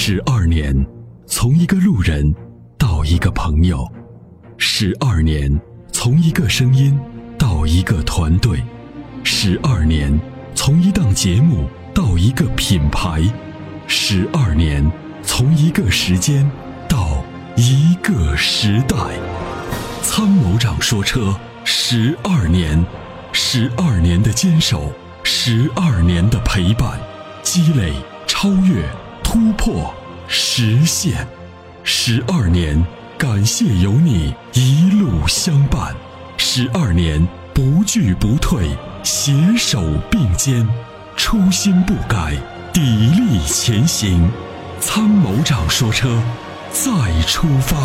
12年，从一个路人到一个朋友；12年，从一个声音到一个团队；12年，从一档节目到一个品牌；12年，从一个时间到一个时代。参谋长说车12年，12年的坚守，12年的陪伴，积累、超越、突破、实现。12年，感谢有你一路相伴。12年，不惧不退，携手并肩，初心不改，砥砺前行。参谋长说车，再出发。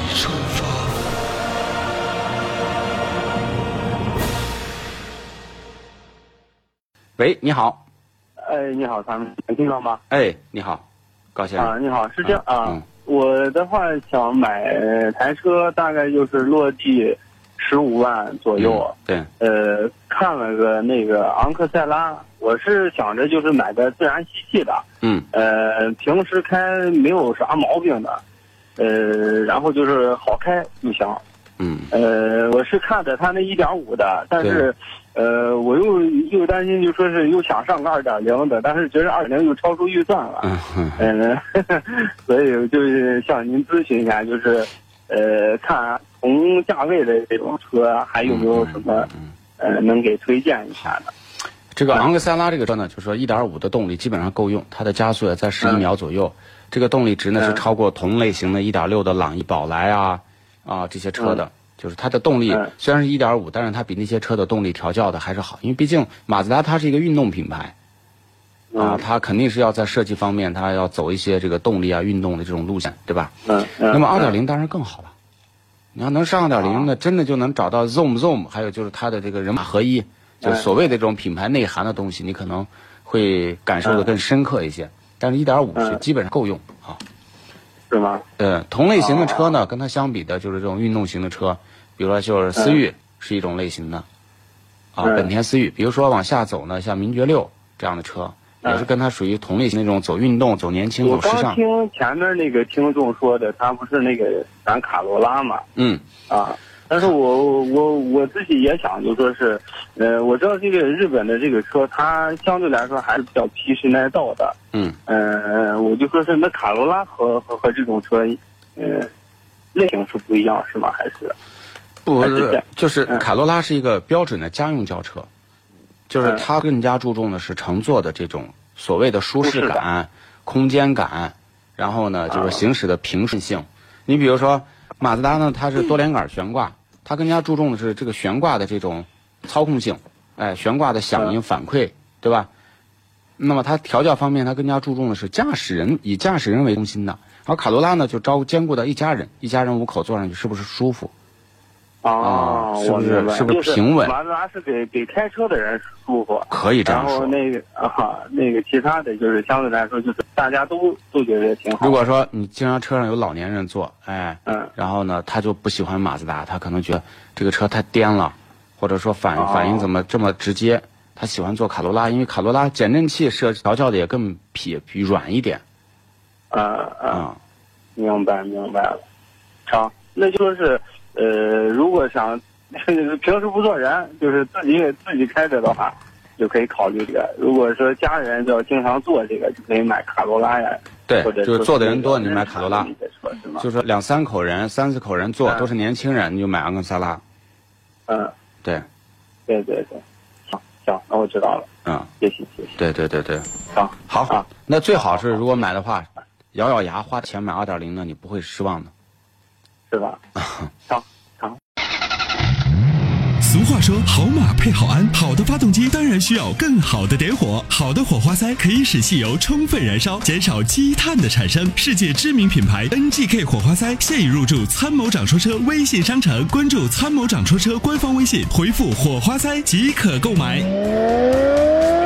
喂，你好。 你好，参谋长，听到吗？ 你好，高先生。 啊，你好，是这样啊。我的话想买台车，大概就是落地15万左右。 对。 看了个那个昂克赛拉，我是想着就是买个自然吸气的。平时开没有啥毛病的，然后就是好开就行。我是看着它那1.5的，但是我又担心，就说是又想上个2.0的，但是觉得2.0又超出预算了。所以就是向您咨询一下，就是看同价位的这种车还有没有什么能给推荐一下的。 这个昂克赛拉这个车呢，就是说1.5的动力基本上够用，它的加速也在11秒左右。这个动力值呢是超过同类型的1.6的朗逸、宝来这些车的。就是它的动力虽然是1.5，但是它比那些车的动力调教的还是好，因为毕竟马自达它是一个运动品牌，它肯定是要在设计方面，它要走一些这个动力运动的这种路线，对吧？那么2.0当然更好了，你要能上2.0呢，真的就能找到 zoom， 还有就是它的这个人马合一，就是所谓的这种品牌内涵的东西，你可能会感受的更深刻一些。但是1.5是基本上够用啊。 是吗？ 同类型的车呢，跟它相比的就是这种运动型的车，比如说就是思域是一种类型的，本田思域。比如说往下走呢，像名爵6这样的车，也是跟它属于同类型那种走运动、走年轻、走时尚。 我刚听前面那个听众说的，他不是那个咱卡罗拉嘛？但是我自己也想，就说是，我知道这个日本的这个车，它相对来说还是比较皮实耐造的。我就说是那卡罗拉和这种车，类型是不一样是吗？还是？ 不是，就是卡罗拉是一个标准的家用轿车，就是它更加注重的是乘坐的这种所谓的舒适感、空间感，然后呢就是行驶的平顺性。你比如说马自达呢，它是多连杆悬挂。它更加注重的是这个悬挂的这种操控性，悬挂的响应反馈，对吧？那么它调教方面，它更加注重的是以驾驶人为中心的。而卡罗拉呢，就兼顾到一家人5口坐上去是不是舒服？是不是平稳？ 马自达是给开车的人舒服， 可以这样说。 然后那个其他的就是相对来说就是大家都觉得挺好。 如果说你经常车上有老年人坐，然后呢他就不喜欢马自达，他可能觉得这个车太颠了，或者说反应怎么这么直接，他喜欢坐卡罗拉，因为卡罗拉减震器调教的也更软一点。 明白了。成，那就是。如果想平时不坐人，就是自己开着的话，就可以考虑这个。如果说家人要经常坐这个，就可以买卡罗拉呀。 对，就是坐的人多，你买卡罗拉。就是说2-3口人、3-4口人坐，都是年轻人，你就买昂克赛拉。对。 行，那我知道了。谢谢。 对。好。那最好是如果买的话，咬咬牙花钱买2.0呢，你不会失望的。 是吧？成。 俗话说，好马配好鞍，好的发动机当然需要更好的点火。好的火花塞可以使汽油充分燃烧，减少积碳的产生。世界知名品牌 NGK 火花塞现已入驻参谋长说车微信商城，关注参谋长说车官方微信，回复火花塞即可购买。